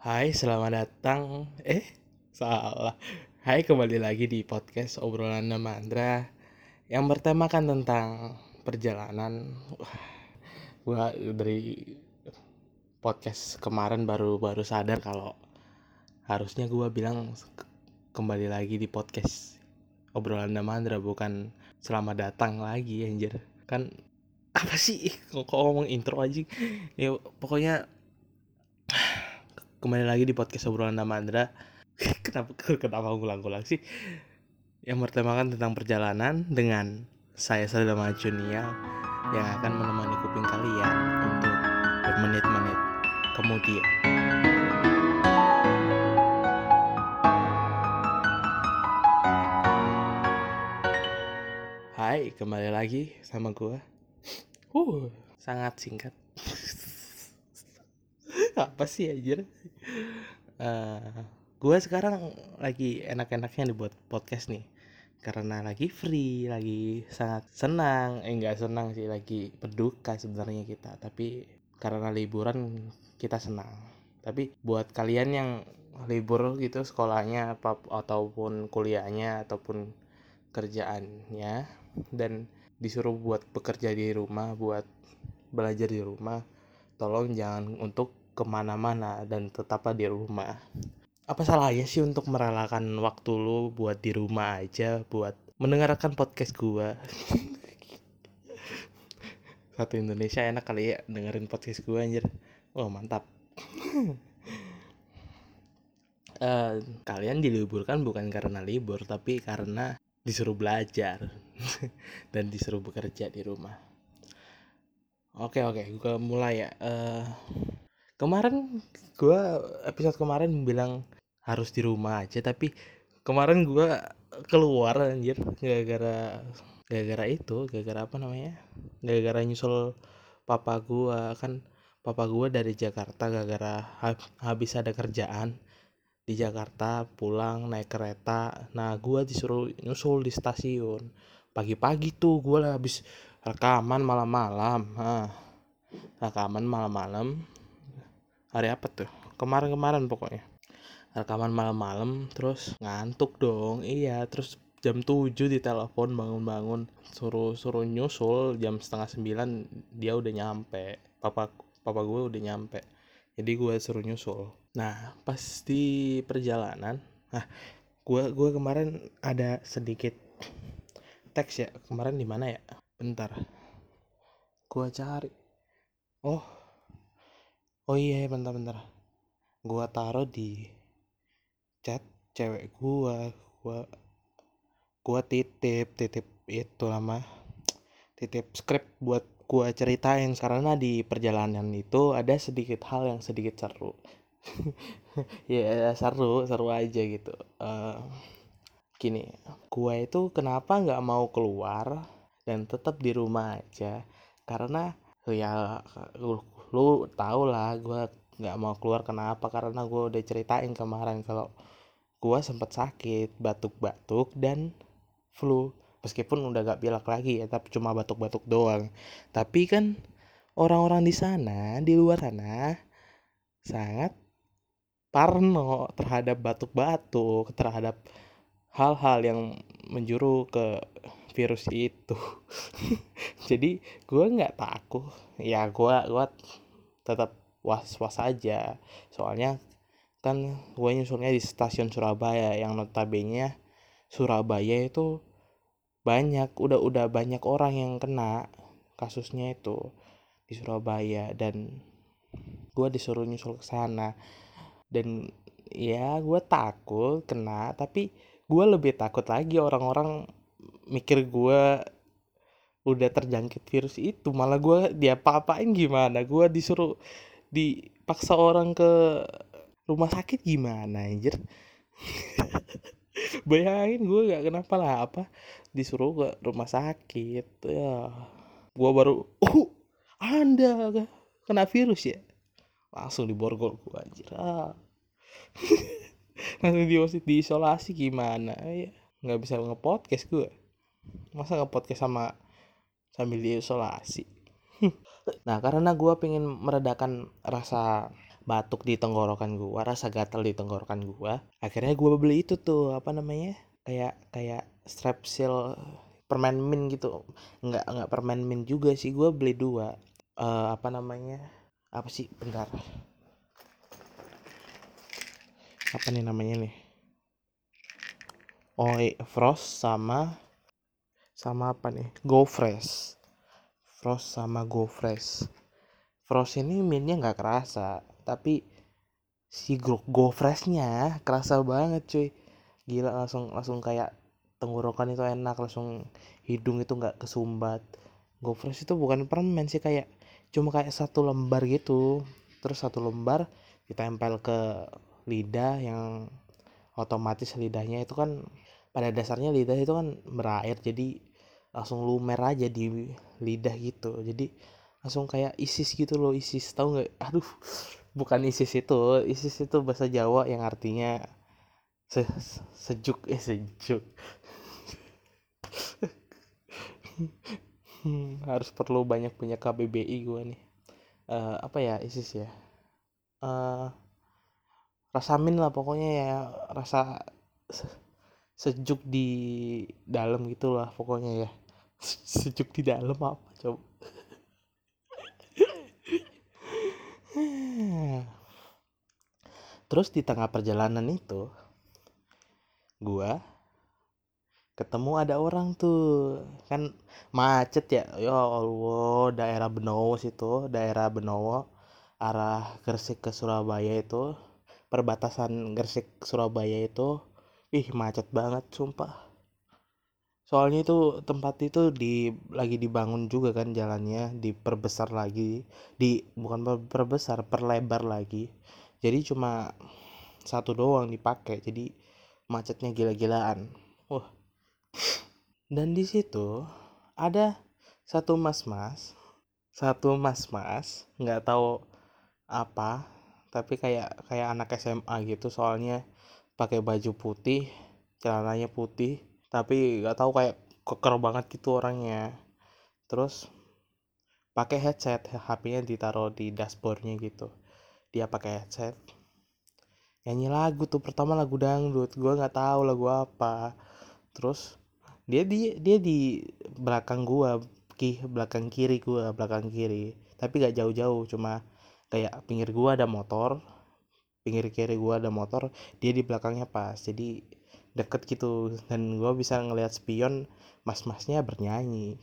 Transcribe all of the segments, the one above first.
Hai, selamat datang. Salah. Hai, kembali lagi di podcast obrolan Namandra yang bertemakan tentang perjalanan. Gua dari podcast kemarin baru sadar kalau harusnya gua bilang kembali lagi di podcast obrolan Namandra, bukan selamat datang lagi anjir. Kan apa sih kok ngomong intro aja. Ya pokoknya kembali lagi di podcast obrolan Namandra. kenapa ngulang-ngulang sih? Yang bertemakan tentang perjalanan dengan saya Sadama Junia yang akan menemani kuping kalian untuk bermenit-menit kemudian. Hai, kembali lagi sama gua. Sangat singkat. Apa sih anjir? Uh, gua sekarang lagi enak-enaknya dibuat podcast nih. Karena lagi free, lagi sangat senang. Enggak senang sih, lagi berduka sebenarnya kita. Tapi karena liburan kita senang. Tapi buat kalian yang libur gitu sekolahnya ataupun kuliahnya ataupun kerjaannya dan disuruh buat bekerja di rumah, buat belajar di rumah, tolong jangan untuk kemana-mana dan tetaplah di rumah. Apa salahnya sih untuk merelakan waktu lu buat di rumah aja, buat mendengarkan podcast gua? Satu Indonesia enak kali ya dengerin podcast gua anjir. Oh mantap. Kalian diliburkan bukan karena libur, tapi karena disuruh belajar dan disuruh bekerja di rumah. Oke, gua mulai ya. Kemarin gue episode kemarin bilang harus di rumah aja, tapi kemarin gue keluar anjir gara-gara itu, gara-gara apa namanya, gara-gara nyusul papa gue. Kan papa gue dari Jakarta, gara-gara habis ada kerjaan di Jakarta, pulang naik kereta. Nah gue disuruh nyusul di stasiun pagi-pagi tuh. Gue habis rekaman malam-malam. Rekaman malam-malam hari apa tuh, kemarin pokoknya rekaman malam-malam, terus ngantuk dong. Iya, terus jam 7 ditelepon bangun-bangun, suruh nyusul jam setengah 9. Dia udah nyampe, papa gue udah nyampe, jadi gue suruh nyusul. Nah pas di perjalanan, gue kemarin ada sedikit teks ya. Kemarin di mana ya, bentar gue cari. Oh iya, bentar gue taruh di chat cewek gua titip itu lama, titip skrip buat gua ceritain karena di perjalanan itu ada sedikit hal yang sedikit seru. Ya seru aja gitu. Gini, gua itu kenapa nggak mau keluar dan tetap di rumah aja, karena ya lu tau lah gua nggak mau keluar kenapa, karena gua udah ceritain kemarin kalau gua sempat sakit, batuk-batuk dan flu. Meskipun udah gak pilek lagi ya, tapi cuma batuk-batuk doang. Tapi kan orang-orang di sana, di luar sana, sangat parno terhadap batuk-batuk, terhadap hal-hal yang menjuru ke virus itu. Jadi gue nggak takut. Ya gue tetap was-was aja. Soalnya kan gue nyusulnya di stasiun Surabaya yang notabene Surabaya itu udah banyak orang yang kena kasusnya itu di Surabaya, dan gue disuruh nyusul ke sana. Dan ya gue takut kena, tapi gue lebih takut lagi orang-orang mikir gue udah terjangkit virus itu, malah gue diapa-apain gimana, gue dipaksa orang ke rumah sakit gimana anjir. Bayangin gue gak kenapa lah apa, disuruh ke rumah sakit ya. Gue baru anda kena virus ya, langsung diborgol gue anjir. Langsung diisolasi gimana ya, nggak bisa nge-podcast gue. Masa nge-podcast sambil diisolasi. Nah karena gue pengen meredakan rasa batuk di tenggorokan gue, rasa gatal di tenggorokan gue. Akhirnya gue beli itu tuh apa namanya, kayak kayak Strepsil permen mint gitu. Nggak permen mint juga sih, gue beli dua. Apa namanya, apa sih, bentar, apa nih namanya nih, oh Frost sama apa nih, Go Fresh. Frost sama Go Fresh. Frost ini mintnya nggak kerasa, tapi si Go Freshnya kerasa banget cuy. Gila, langsung langsung kayak tenggorokan itu enak, langsung hidung itu nggak kesumbat. Go Fresh itu bukan permen sih, kayak cuma kayak satu lembar gitu, terus satu lembar ditempel ke lidah, yang otomatis lidahnya itu kan, pada dasarnya lidah itu kan berair, jadi langsung lumer aja di lidah gitu, jadi langsung kayak isis gitu loh. Isis, tahu nggak? Aduh, bukan isis itu. Isis itu bahasa Jawa yang artinya sejuk, sejuk. Harus perlu banyak punya KBBI gue nih. Apa ya isis ya, uh, rasa min lah pokoknya ya, rasa sejuk di dalam gitulah pokoknya ya. Sejuk di dalam apa coba. Terus di tengah perjalanan itu gua ketemu ada orang tuh, kan macet ya, ya Allah, daerah Benowo situ, daerah Benowo arah Gresik ke Surabaya itu, perbatasan Gresik Surabaya itu, ih macet banget sumpah. Soalnya itu tempat itu lagi dibangun juga kan, jalannya diperbesar lagi, bukan perbesar, perlebar lagi, jadi cuma satu doang dipakai, jadi macetnya gila-gilaan. Wah, dan di situ ada satu mas-mas nggak tahu apa, tapi kayak kayak anak SMA gitu, soalnya pakai baju putih, celananya putih, tapi nggak tahu kayak keker banget gitu orangnya. Terus pakai headset, HP-nya ditaruh di dashboardnya gitu, dia pakai headset nyanyi lagu tuh, pertama lagu dangdut, gue nggak tahu lagu apa. Terus dia di belakang gua, belakang kiri gua, belakang kiri, tapi gak jauh-jauh, cuma kayak pinggir gua ada motor, pinggir kiri gua ada motor, dia di belakangnya pas, jadi deket gitu, dan gua bisa ngelihat spion mas-masnya bernyanyi.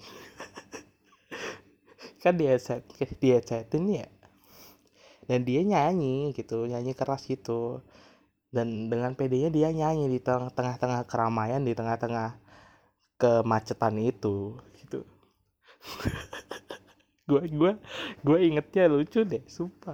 Kan dia headsetin ya, dan dia nyanyi gitu, nyanyi keras gitu, dan dengan pedenya dia nyanyi di tengah-tengah keramaian, di tengah-tengah kemacetan itu gitu. gue ingetnya lucu deh sumpah.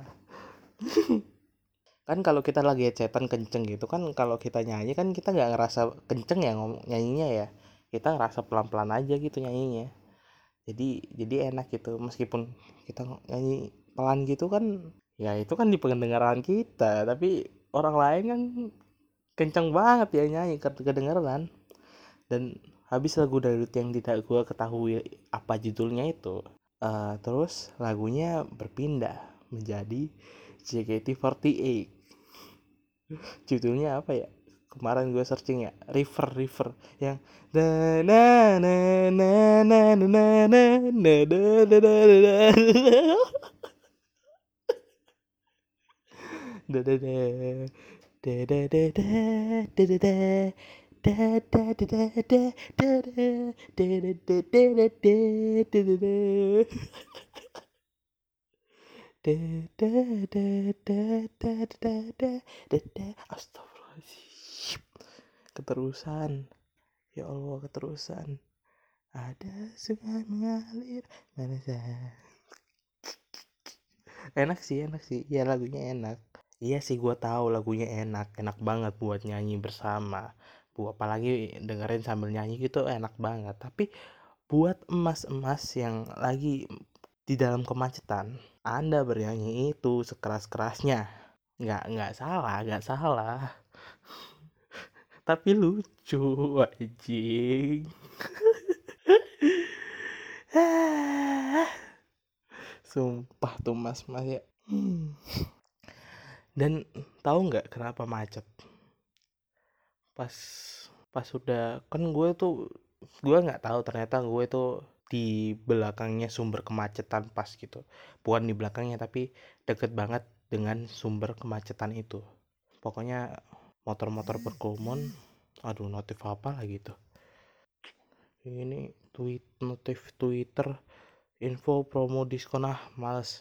Kan kalau kita lagi headsetan kenceng gitu kan, kalau kita nyanyi kan kita nggak ngerasa kenceng ya ngomong nyanyinya ya, kita ngerasa pelan-pelan aja gitu nyanyinya, jadi enak gitu, meskipun kita nyanyi pelan gitu kan, ya itu kan di pendengaran kita, tapi orang lain kan kenceng banget ya nyanyi, kedengeran. Dan habis lagu dangdut yang tidak gue ketahui apa judulnya itu, terus lagunya berpindah menjadi JKT48. Judulnya apa ya? Kemarin gue searching ya, River yang na na na na na na na na na na na na na na Astagfirullahaladzim, keterusan, ya Allah, keterusan. Ada sungai mengalir mana saja. Enak sih ya, lagunya enak. Iya sih, gue tahu lagunya enak banget buat nyanyi bersama, buat apalagi dengerin sambil nyanyi gitu enak banget. Tapi buat emas-emas yang lagi di dalam kemacetan, Anda bernyanyi itu sekeras-kerasnya, nggak salah, tapi lucu anjing. Sumpah tuh mas-mas ya. Dan tahu nggak kenapa macet? Pas udah kan gue nggak tahu ternyata gue tuh di belakangnya sumber kemacetan pas gitu. Bukan di belakangnya tapi deket banget dengan sumber kemacetan itu. Pokoknya motor-motor berkerumun. Aduh, notif apa lagi tuh? Ini notif Twitter, info promo diskon, males.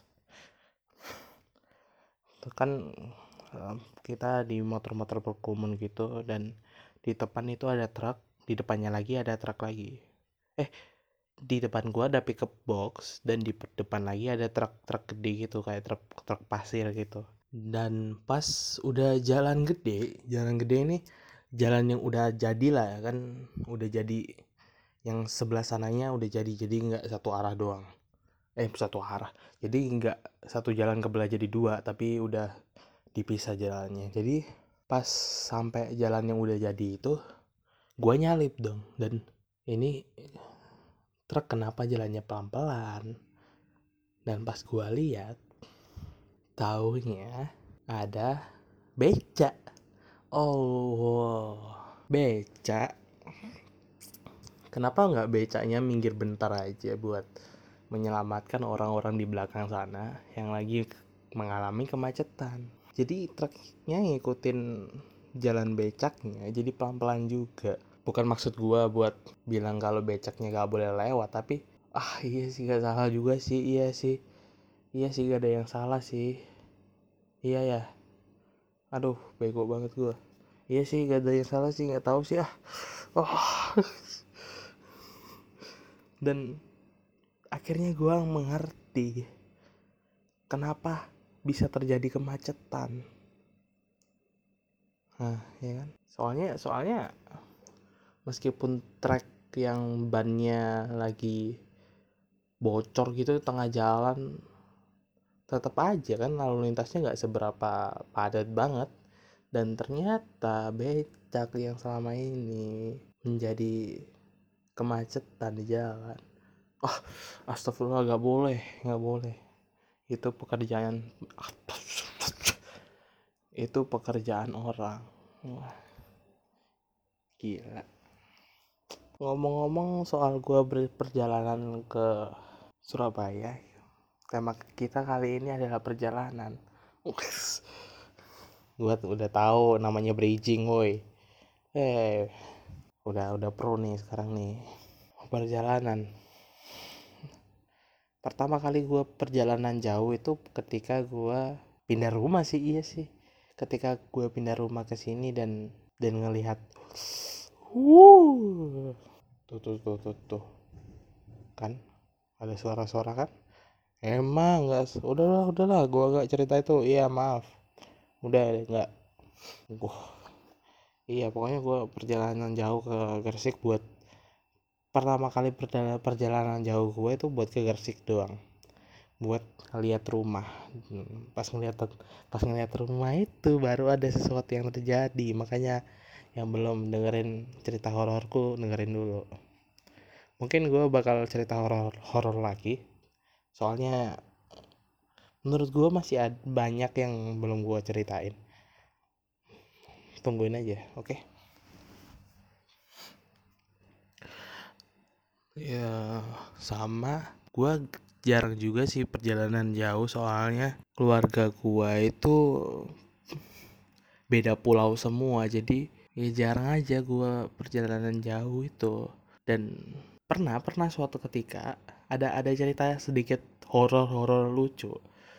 Itu kan kita di motor-motor berkerumun gitu, dan di depan itu ada truk, di depannya lagi ada truk lagi. Di depan gua ada pickup box, dan di depan lagi ada truk gede gitu, kayak truk pasir gitu. Dan pas udah jalan gede ini jalan yang udah jadi lah ya kan, udah jadi, yang sebelah sananya udah jadi nggak satu arah doang, satu arah, jadi nggak satu jalan kebelah jadi dua, tapi udah dipisah jalannya. Jadi pas sampai jalan yang udah jadi itu, gua nyalip dong, dan ini truk kenapa jalannya pelan-pelan. Dan pas gua lihat, taunya ada beca. Oh, beca. Kenapa nggak becanya minggir bentar aja buat menyelamatkan orang-orang di belakang sana yang lagi mengalami kemacetan. Jadi truknya ngikutin jalan becaknya, jadi pelan-pelan juga. Bukan maksud gua buat bilang kalau becaknya gak boleh lewat, tapi iya sih, gak salah juga sih. Iya sih, gak ada yang salah sih. Iya ya, aduh bego banget gua. Iya sih, gak ada yang salah sih, gak tahu sih. Oh. Dan akhirnya gua mengerti kenapa bisa terjadi kemacetan. Nah, ya kan? Soalnya meskipun trek yang bannya lagi bocor gitu tengah jalan, tetap aja kan lalu lintasnya nggak seberapa padat banget. Dan ternyata becak yang selama ini menjadi kemacetan di jalan. Astagfirullah, nggak boleh. Itu pekerjaan orang. Wah, gila. Ngomong-ngomong soal gua berperjalanan ke Surabaya, tema kita kali ini adalah perjalanan. Gua udah tahu namanya bridging, woi. Udah pro nih sekarang nih. Perjalanan. Pertama kali gue perjalanan jauh itu ketika gue pindah rumah sih, iya sih. Ketika gue pindah rumah ke sini dan ngelihat, tuh, kan ada suara-suara kan? Emang nggak, udahlah, gue gak cerita itu, iya maaf, udah nggak, iya pokoknya gue perjalanan jauh ke Gresik buat pertama kali perjalanan jauh gue itu buat ke Gresik doang, buat ngeliat rumah. Pas ngeliat rumah itu baru ada sesuatu yang terjadi. Makanya yang belum dengerin cerita hororku, dengerin dulu. Mungkin gue bakal cerita horor lagi, soalnya menurut gue masih banyak yang belum gue ceritain. Tungguin aja, oke? Ya sama, gue jarang juga sih perjalanan jauh, soalnya keluarga gue itu beda pulau semua, jadi ya jarang aja gue perjalanan jauh itu. Dan pernah suatu ketika ada cerita sedikit horor lucu.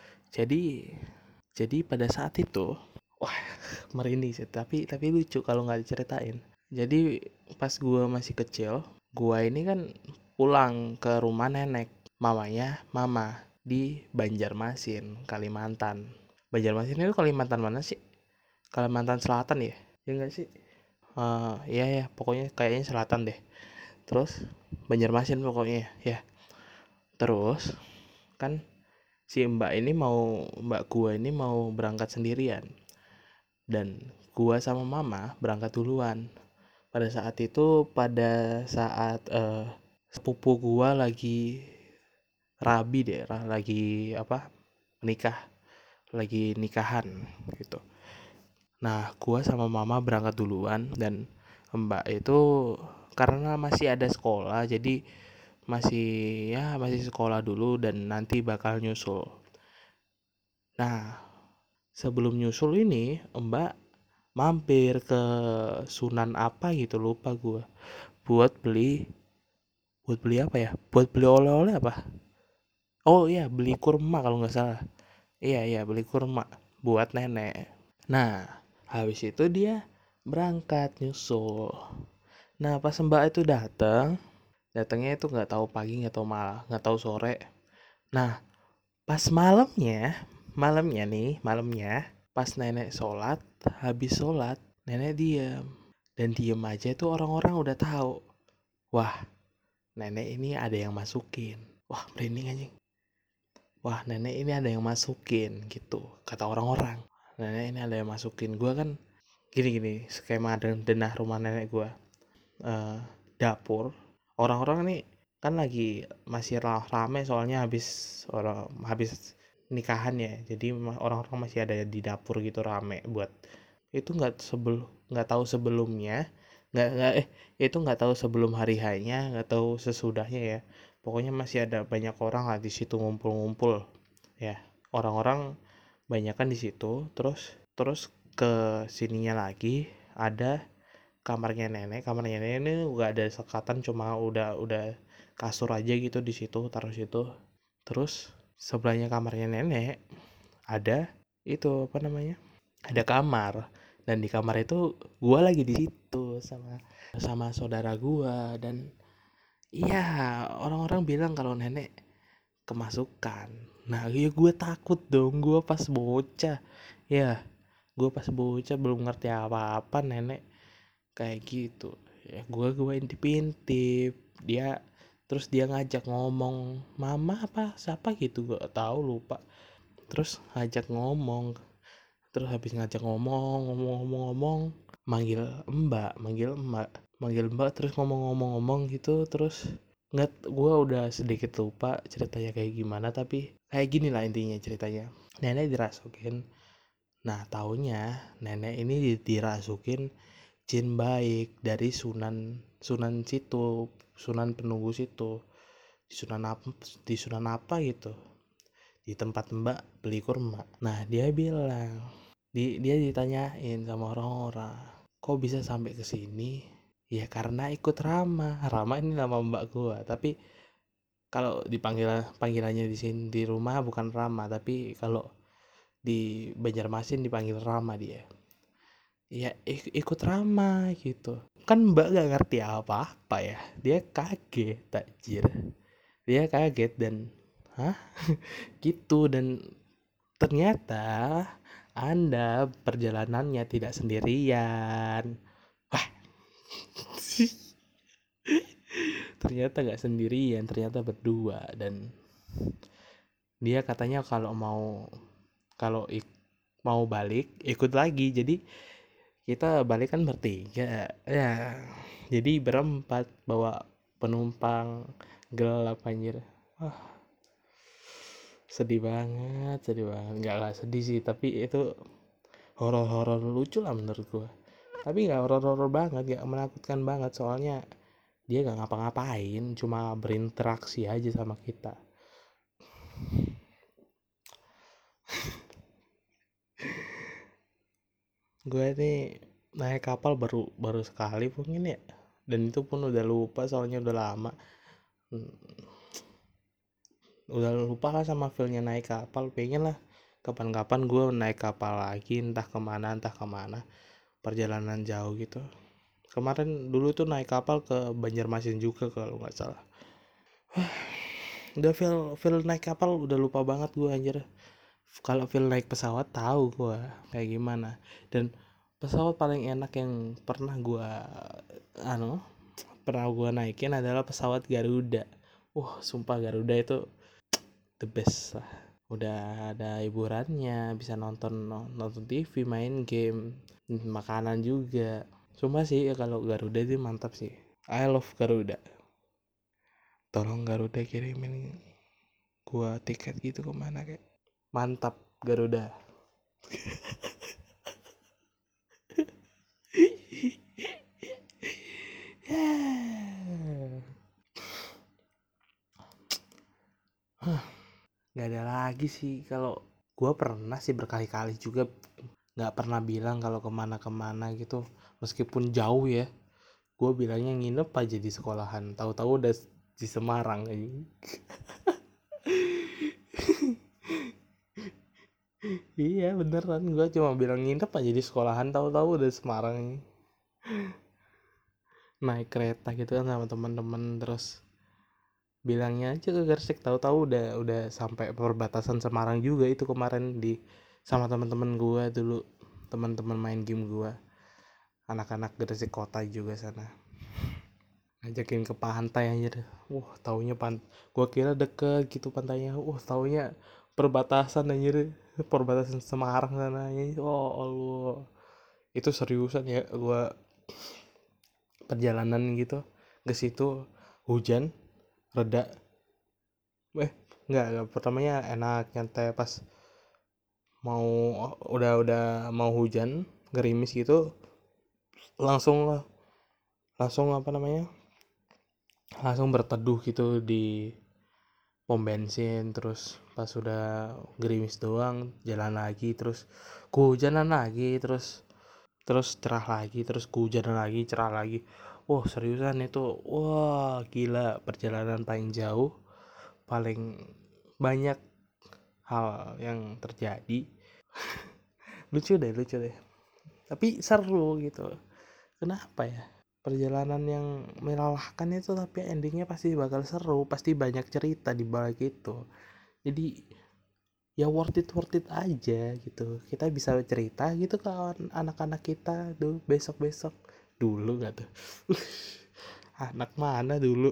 Jadi pada saat itu, wah, merinding sih, tapi lucu kalau nggak diceritain. Jadi pas gue masih kecil, gue ini kan pulang ke rumah nenek mama di Banjarmasin, Kalimantan. Banjarmasin itu Kalimantan mana sih? Kalimantan Selatan ya? Ya nggak sih? Iya ya, pokoknya kayaknya selatan deh. Terus Banjarmasin pokoknya ya. Terus kan si mbak gua ini mau berangkat sendirian, dan gua sama mama berangkat duluan. Pada saat sepupu gua lagi rabi deh, lagi apa, menikah. lagi nikahan gitu. Nah, gua sama mama berangkat duluan dan mbak itu karena masih ada sekolah, jadi masih masih sekolah dulu dan nanti bakal nyusul. Nah, sebelum nyusul ini mbak mampir ke Sunan apa gitu, lupa gua, buat beli buat beli apa ya? Buat beli oleh-oleh apa? Oh iya, beli kurma kalau nggak salah. Iya iya, beli kurma buat nenek. Nah, habis itu dia berangkat nyusul. Nah, pas mbak itu datangnya itu nggak tahu pagi, nggak tahu malam, nggak tahu sore. Nah, pas malamnya, pas nenek sholat, habis sholat, nenek diam. Dan diem aja itu orang-orang udah tahu. Wah, nenek ini ada yang masukin. Wah, merinding anjing. Wah, nenek ini ada yang masukin gitu, kata orang-orang. Nenek ini ada yang masukin. Gua kan gini-gini, skema denah rumah nenek gua. Eh, Dapur. Orang-orang nih kan lagi masih rame soalnya habis nikahan ya. Jadi orang-orang masih ada di dapur gitu rame buat itu nggak tahu sebelumnya nggak itu nggak tahu sebelum hari hanya nggak tahu sesudahnya ya, pokoknya masih ada banyak orang lah di situ ngumpul-ngumpul ya, orang-orang banyak kan di situ. Terus ke sininya lagi ada kamarnya nenek ini nggak ada sekatan, cuma udah kasur aja gitu di situ, taruh situ. Terus sebelahnya kamarnya nenek ada itu apa namanya, ada kamar, dan di kamar itu gua lagi di situ sama saudara gua. Dan iya, orang-orang bilang kalau nenek kemasukan. Nah ya gue takut dong, gue pas bocah belum ngerti apa-apa, nenek kayak gitu ya, gue intip-intip dia. Terus dia ngajak ngomong mama apa siapa gitu, gak tahu, lupa. Terus ngajak ngomong, terus habis ngajak ngomong manggil manggil mbak terus ngomong-ngomong gitu. Terus nggak, gue udah sedikit lupa ceritanya kayak gimana, tapi kayak gini lah intinya ceritanya. Nenek dirasukin. Nah, taunya nenek ini dirasukin jin baik dari Sunan Sunan situ, Sunan penunggu situ, di Sunan apa gitu, di tempat mbak beli kurma. Nah, dia bilang, dia ditanyain sama orang-orang, kok bisa sampai ke sini? Ya karena ikut Rama ini nama mbak gua, tapi kalau panggilannya di sini di rumah bukan Rama, tapi kalau di Banjarmasin dipanggil Rama dia. Ya ikut Rama gitu. Kan mbak gak ngerti apa-apa ya. Dia kaget, takjir. Dia kaget dan hah? Gitu. Dan ternyata Anda perjalanannya tidak sendirian. Wah, ternyata gak sendirian, ternyata berdua. Dan dia katanya kalau mau balik ikut lagi. Jadi kita balik kan bertiga ya, jadi berempat bawa penumpang gelap anjir. Wah, sedih banget, nggak lah sedih sih, tapi itu horor-horor lucu lah menurut gua. Tapi nggak horor-horor banget, nggak menakutkan banget, soalnya dia nggak ngapa-ngapain, cuma berinteraksi aja sama kita. Gue nih naik kapal baru baru sekali mungkin ya, dan itu pun udah lupa soalnya udah lama. Hmm, udah lupa lah sama feelnya naik kapal. Pengen lah kapan-kapan gue naik kapal lagi, entah kemana perjalanan jauh gitu. Kemarin dulu tuh naik kapal ke Banjarmasin juga kalau nggak salah. Udah feel naik kapal udah lupa banget gue anjir. Kalau feel naik pesawat tahu gue kayak gimana. Dan pesawat paling enak yang anu pernah gue naikin adalah pesawat Garuda. Sumpah Garuda itu the best lah. Udah ada hiburannya, bisa nonton TV, main game, makanan juga. Sumpah sih ya, kalau Garuda itu mantap sih. I love Garuda. Tolong Garuda kirimin gua tiket gitu kemana kayak. Mantap. Garuda. Nggak ada lagi sih. Kalau gue pernah sih berkali-kali juga nggak pernah bilang kalau kemana-kemana gitu, meskipun jauh ya. Gue bilangnya nginep aja di sekolahan, tahu-tahu udah di Semarang aja. Iya beneran, gue cuma bilang nginep aja di sekolahan, tahu-tahu udah Semarang. Naik kereta gitu kan sama teman-teman, terus bilangnya aja ke Gersik, tahu-tahu udah sampai perbatasan Semarang juga itu kemarin di sama teman-teman gue dulu, teman-teman main game gue, anak-anak Gresik kota juga sana, ngajakin ke pantai aja. Taunya gua kira deket gitu pantainya, taunya perbatasan aja, perbatasan Semarang sana aja. Allah, itu seriusan ya. Gua perjalanan gitu ke situ hujan reda, enggak, pertamanya enak nyantai, pas mau udah mau hujan gerimis gitu, langsung langsung apa namanya langsung berteduh gitu di pom bensin. Terus pas udah gerimis doang jalan lagi, terus kehujanan lagi, terus cerah lagi, terus kehujanan lagi, cerah lagi. Seriusan itu, gila, perjalanan paling jauh, paling banyak hal yang terjadi. Lucu deh tapi seru gitu. Kenapa ya, perjalanan yang melelahkan itu tapi endingnya pasti bakal seru, pasti banyak cerita di balik itu. Jadi ya worth it aja gitu, kita bisa cerita gitu ke anak-anak kita tuh besok dulu nggak tuh. Anak mana dulu.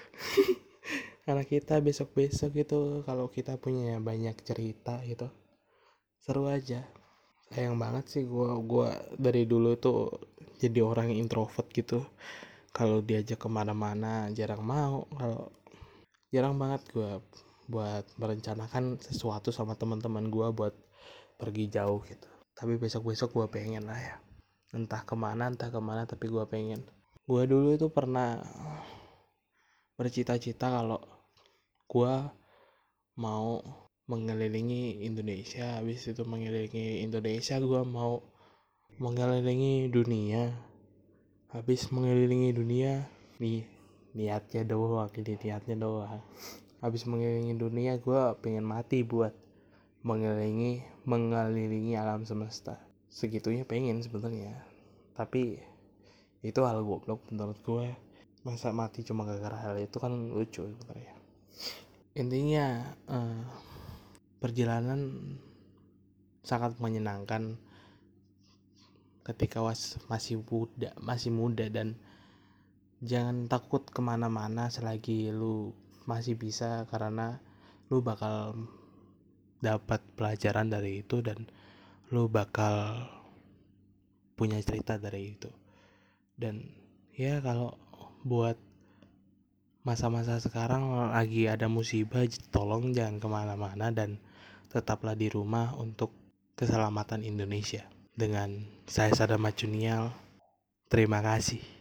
Anak kita besok gitu, kalau kita punya banyak cerita gitu, seru aja. Sayang banget sih, gua dari dulu tuh jadi orang yang introvert gitu. Kalau diajak kemana-mana jarang mau. Kalau jarang banget gue buat merencanakan sesuatu sama teman-teman gue buat pergi jauh gitu. Tapi besok gue pengen lah ya, entah kemana tapi gue pengen. Gue dulu itu pernah bercita-cita kalau gue mau mengelilingi Indonesia. Habis itu mengelilingi Indonesia, gue mau mengelilingi dunia. Habis mengelilingi dunia nih, niatnya doang. Habis mengelilingi dunia, gue pengen mati buat mengelilingi alam semesta. Segitunya pengen sebenarnya, tapi itu hal goblok menurut gue. Masa mati cuma gara-gara hal itu, kan lucu sebenarnya. Intinya perjalanan sangat menyenangkan ketika masih muda, dan jangan takut kemana-mana selagi lu masih bisa, karena lu bakal dapat pelajaran dari itu dan lu bakal punya cerita dari itu. Dan ya kalau buat masa-masa sekarang lagi ada musibah, tolong jangan kemana-mana dan tetaplah di rumah untuk keselamatan Indonesia. Dengan saya Sadam Macunial, terima kasih.